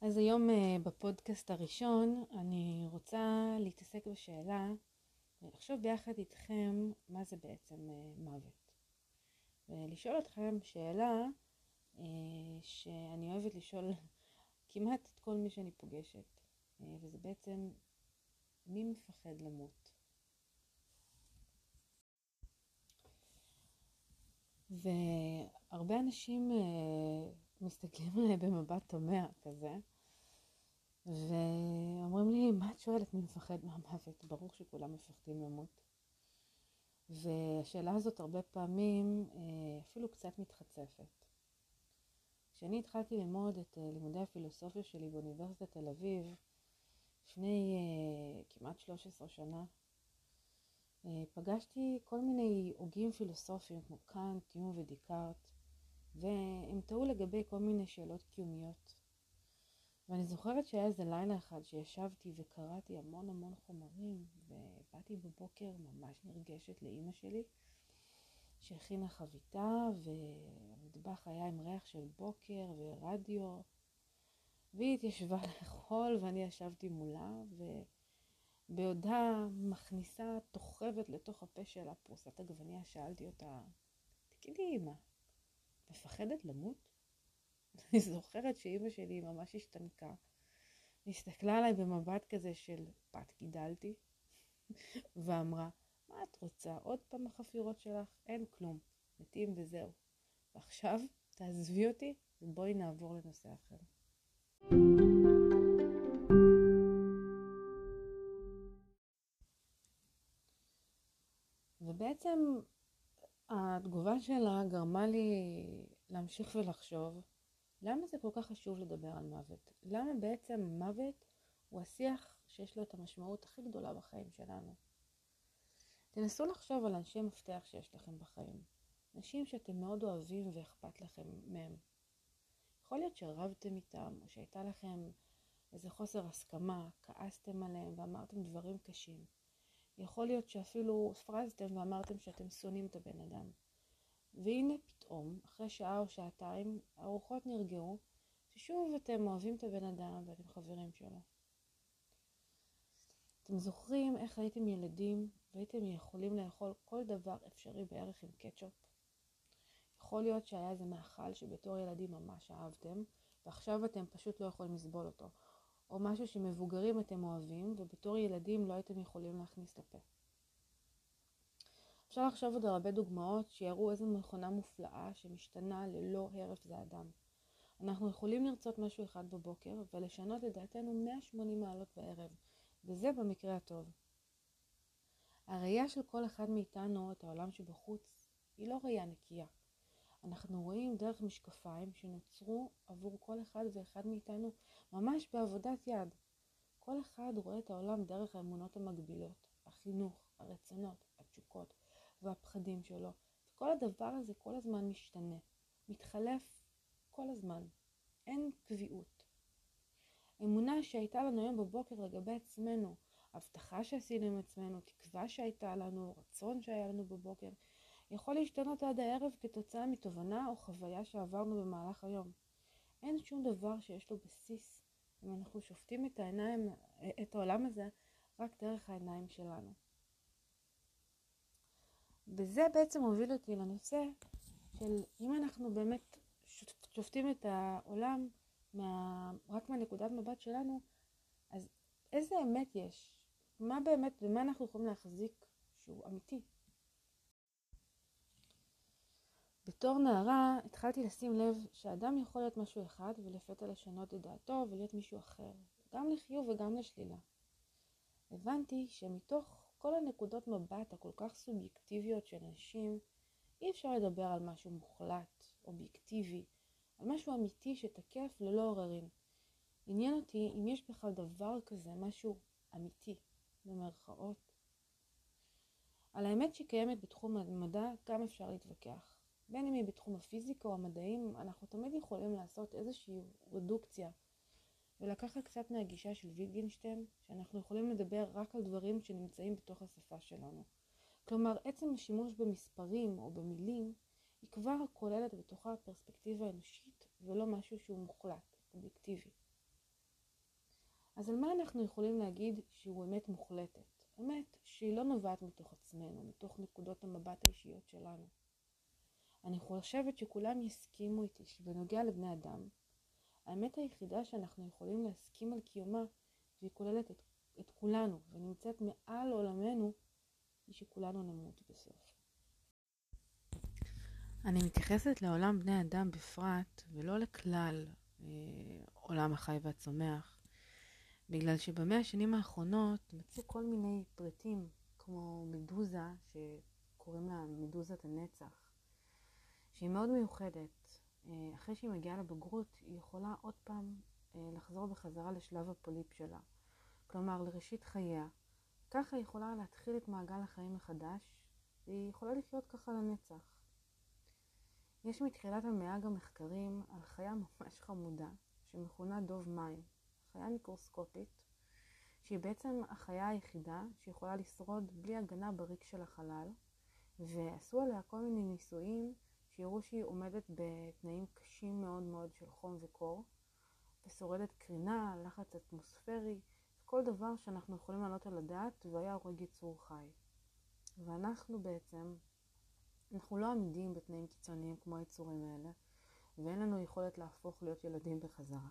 אז היום בפודקאסט הראשון אני רוצה להתעסק בשאלה ולחשוב ביחד איתכם מה זה בעצם מוות. ולשאול אתכם שאלה שאני אוהבת לשאול כמעט את כל מי שאני פוגשת, וזה בעצם מי מפחד למות? והרבה אנשים מסתכלים עליי במבט תמה כזה, ואומרים לי, מה את שואלת? מי מפחד מהמוות? ברור שכולם מפחדים למות. והשאלה הזאת הרבה פעמים אפילו קצת מתחצפת. כשאני התחלתי ללמוד את לימודי הפילוסופיה שלי באוניברסיטת תל אביב, לפני כמעט 13 שנה, פגשתי כל מיני הוגים פילוסופיים כמו קאנט, יום ודיקארט, והם טעו לגבי כל מיני שאלות קיומיות. ואני זוכרת שהיה איזה לילה אחד שישבתי וקראתי המון חומרים, ובאתי בבוקר ממש נרגשת לאמא שלי, שהכינה חביתה, והמטבח היה עם ריח של בוקר ורדיו, והיא התיישבה לאכול ואני ישבתי מולה, ובעודה מכניסה תוחבת לתוך הפה שלה פרוסת עגבניה, שאלתי אותה, תגידי אמא, מפחדת למות? אני זוכרת שאמא שלי ממש השתנקה, הסתכלה עליי במבט כזה של בת גידלתי, ואמרה, מה את רוצה? עוד פעם החפירות שלך? אין כלום, מתים וזהו. ועכשיו תעזבי אותי ובואי נעבור לנושא אחר. ובעצם התגובה שלה גרמה לי להמשיך ולחשוב, למה זה כל כך חשוב לדבר על מוות? למה בעצם מוות הוא השיח שיש לו את המשמעות הכי גדולה בחיים שלנו? תנסו לחשוב על אנשי מפתח שיש לכם בחיים. אנשים שאתם מאוד אוהבים ואכפת לכם מהם. יכול להיות שרבתם איתם, או שהייתה לכם איזה חוסר הסכמה, כעסתם עליהם ואמרתם דברים קשים. יכול להיות שאפילו פרזתם ואמרתם שאתם שונאים את הבן אדם. והנה פתאום, אחרי שעה או שעתיים, הרוחות נרגעו, ששוב אתם אוהבים את הבן אדם ואתם חברים שלו. אתם זוכרים איך הייתם ילדים והייתם יכולים לאכול כל דבר אפשרי בערך עם קטשופ? יכול להיות שהיה איזה מאכל שבתור ילדים ממש אהבתם, ועכשיו אתם פשוט לא יכולים לסבול אותו. או משהו שמבוגרים אתם אוהבים, ובתור ילדים לא הייתם יכולים להכניס לפה. אפשר לחשוב עוד הרבה דוגמאות שיראו איזו מכונה מופלאה שמשתנה ללא הרף זה אדם. אנחנו יכולים לרצות משהו אחד בבוקר ולשנות את דעתנו 180 מעלות בערב, וזה במקרה הטוב. הראייה של כל אחד מאיתנו את העולם שבחוץ היא לא ראייה נקייה. אנחנו רואים דרך משקפיים שנוצרו עבור כל אחד ואחד מאיתנו ממש בעבודת יד. כל אחד רואה את העולם דרך האמונות המקבילות, החינוך, הרצונות, התשוקות והפחדים שלו. וכל הדבר הזה כל הזמן משתנה, מתחלף כל הזמן. אין קביעות. אמונה שהייתה לנו היום בבוקר לגבי עצמנו, הבטחה שעשינו עם עצמנו, תקווה שהייתה לנו, רצון שהיה לנו בבוקר, יכול להשתנות עד הערב כתוצאה מתובנה או חוויה שעברנו במהלך היום. אין שום דבר שיש לו בסיס אם אנחנו שופטים את העולם הזה רק דרך העיניים שלנו. וזה בעצם הוביל אותי לנושא של אם אנחנו באמת שופטים את העולם רק מהנקודת מבט שלנו, אז איזה אמת יש? מה באמת, ומה אנחנו יכולים להחזיק שהוא אמיתי? בתור נערה התחלתי לשים לב שאדם יכול להיות משהו אחד ולפתע לשנות את דעתו ולהיות מישהו אחר, גם לחיוב וגם לשלילה. הבנתי שמתוך כל הנקודות מבט הכל כך סובייקטיביות של אנשים, אי אפשר לדבר על משהו מוחלט, אובייקטיבי, על משהו אמיתי שתקף ללא עוררין. עניין אותי אם יש בכלל דבר כזה, משהו אמיתי, במרכאות. על האמת שקיימת בתחום המדע גם אפשר להתווכח. בין אם היא בתחום הפיזיקה או המדעים, אנחנו תמיד יכולים לעשות איזושהי רדוקציה, ולקחת קצת מהגישה של ויטגנשטיין, שאנחנו יכולים לדבר רק על דברים שנמצאים בתוך השפה שלנו. כלומר, עצם השימוש במספרים או במילים, היא כבר כוללת בתוכה פרספקטיבה אנושית, ולא משהו שהוא מוחלט, אובייקטיבי. אז על מה אנחנו יכולים להגיד שהוא אמת מוחלטת? אמת שהיא לא נובעת מתוך עצמנו, מתוך נקודות המבט האישיות שלנו. אני חושבת שכולם יסכימו איתי שבנוגע לבני אדם, האמת היחידה שאנחנו יכולים להסכים על קיומה, והיא כוללת את כולנו ונמצאת מעל עולמנו, היא שכולנו נמות בסוף. אני מתייחסת לעולם בני אדם בפרט ולא לכלל עולם החי והצומח, בגלל שבמאה השנים האחרונות מצאו כל מיני פריטים כמו מדוזה שקוראים לה מדוזת הנצח, שהיא מאוד מיוחדת. אחרי שהיא מגיעה לבגרות היא יכולה עוד פעם לחזור בחזרה לשלב הפוליפ שלה, כלומר לראשית חייה. ככה היא יכולה להתחיל את מעגל החיים מחדש והיא יכולה לחיות ככה לנצח. יש מתחילת המאה גם מחקרים על חיה ממש חמודה שמכונה דוב מים, חיה מיקרוסקופית, שהיא בעצם החיה היחידה שיכולה לשרוד בלי הגנה בריק של החלל, ועשו עליה כל מיני ניסויים שיראו שהיא עומדת בתנאים קשים מאוד מאוד של חום וקור, ושורדת קרינה, לחץ אטמוספרי, כל דבר שאנחנו יכולים לעלות על הדעת והיה הורג יצור חי. ואנחנו בעצם, אנחנו לא עמידים בתנאים קיצוניים כמו היצורים האלה, ואין לנו יכולת להפוך להיות ילדים בחזרה.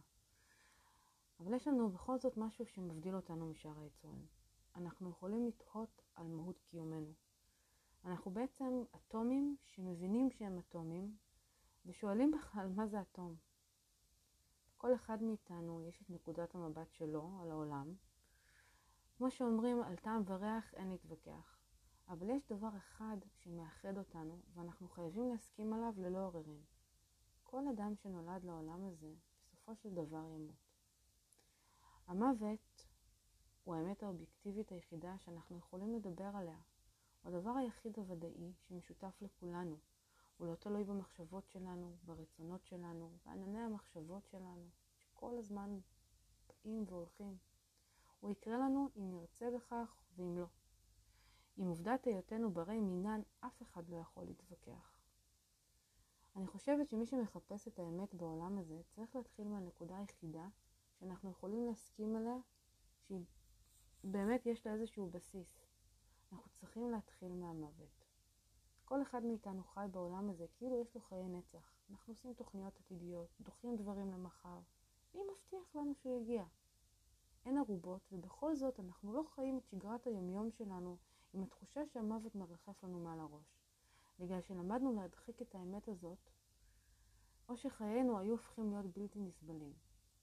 אבל יש לנו בכל זאת משהו שמבדיל אותנו משאר היצורים. אנחנו יכולים לתהות על מהות קיומנו. אנחנו בעצם אטומים שמבינים שהם אטומים, ושואלים בכלל מה זה אטום. כל אחד מאיתנו יש את נקודת המבט שלו על העולם. כמו שאומרים, על טעם וריח אין להתווכח. אבל יש דבר אחד שמאחד אותנו, ואנחנו חייבים להסכים עליו ללא עוררין. כל אדם שנולד לעולם הזה, בסופו של דבר ימות. המוות הוא האמת האובייקטיבית היחידה שאנחנו יכולים לדבר עליה. הוא הדבר היחיד הוודאי שמשותף לכולנו. הוא לא תלוי במחשבות שלנו, ברצונות שלנו, בענני המחשבות שלנו, שכל הזמן באים והולכים. הוא יקרה לנו אם נרצה בכך ואם לא. עם עובדת היותנו ברי מינן אף אחד לא יכול להתווכח. אני חושבת שמי שמחפש את האמת בעולם הזה צריך להתחיל מהנקודה היחידה שאנחנו יכולים להסכים עליה, שהיא באמת יש לה איזשהו בסיס. אנחנו צריכים להתחיל מהמוות. כל אחד מאיתנו חי בעולם הזה כאילו יש לו חיי נצח. אנחנו עושים תוכניות עתידיות, דוחים דברים למחר. מי מבטיח לנו שהוא יגיע? אין ערובות, ובכל זאת אנחנו לא חיים את שגרת היומיום שלנו עם התחושה שהמוות מרחף לנו מעל הראש. בגלל שלמדנו להדחיק את האמת הזאת, או שחיינו היו הופכים להיות בלתי נסבלים.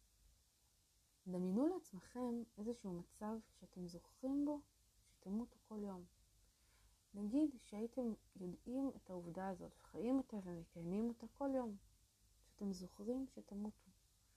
דמיינו לעצמכם איזשהו מצב שאתם זוכרים בו שתמותו כל יום. נגיד שהייתם יודעים את העובדה הזאת, וחיים אותה ומקיימים אותה כל יום, שאתם זוכרים שתמותו.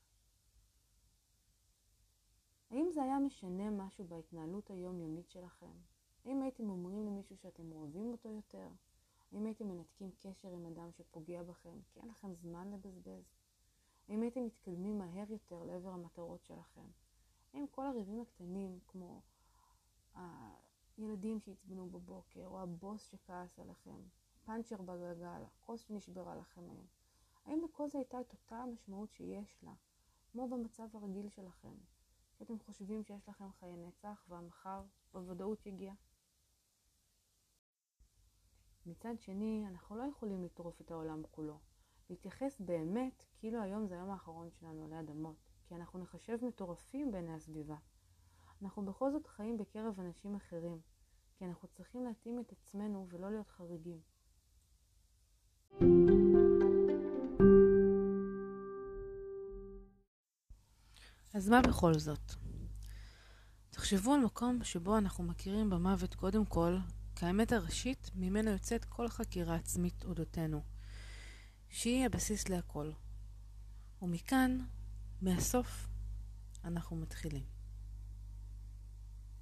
האם זה היה משנה משהו בהתנהלות היומיומית שלכם? האם הייתם אומרים למישהו שאתם אוהבים אותו יותר? האם הייתם מנתקים קשר עם אדם שפוגע בכם כי אין לכם זמן לבזבז? האם הייתם מתקדמים מהר יותר לעבר המטרות שלכם? האם כל הריבים הקטנים כמו הילדים שהצבנו בבוקר או הבוס שכעס עליכם, פאנצ'ר בגלגל, הכוס שנשברה לכם היום, האם לכל זה הייתה את אותה המשמעות שיש לה, כמו במצב הרגיל שלכם, שאתם חושבים שיש לכם חיי נצח והמחר בוודאות יגיע? מצד שני, אנחנו לא יכולים לטרוף את העולם כולו, להתייחס באמת כאילו היום זה היום האחרון שלנו עלי אדמות, כי אנחנו נחשב מטורפים בעיני הסביבה. אנחנו בכל זאת חיים בקרב אנשים אחרים, כי אנחנו צריכים להתאים את עצמנו ולא להיות חריגים. אז מה בכל זאת? תחשבו על מקום שבו אנחנו מכירים במוות קודם כל כאמת הראשית ממנו יוצאת כל חקירה עצמית אודותינו, שהיא הבסיס להכל. ומכאן, מהסוף, אנחנו מתחילים.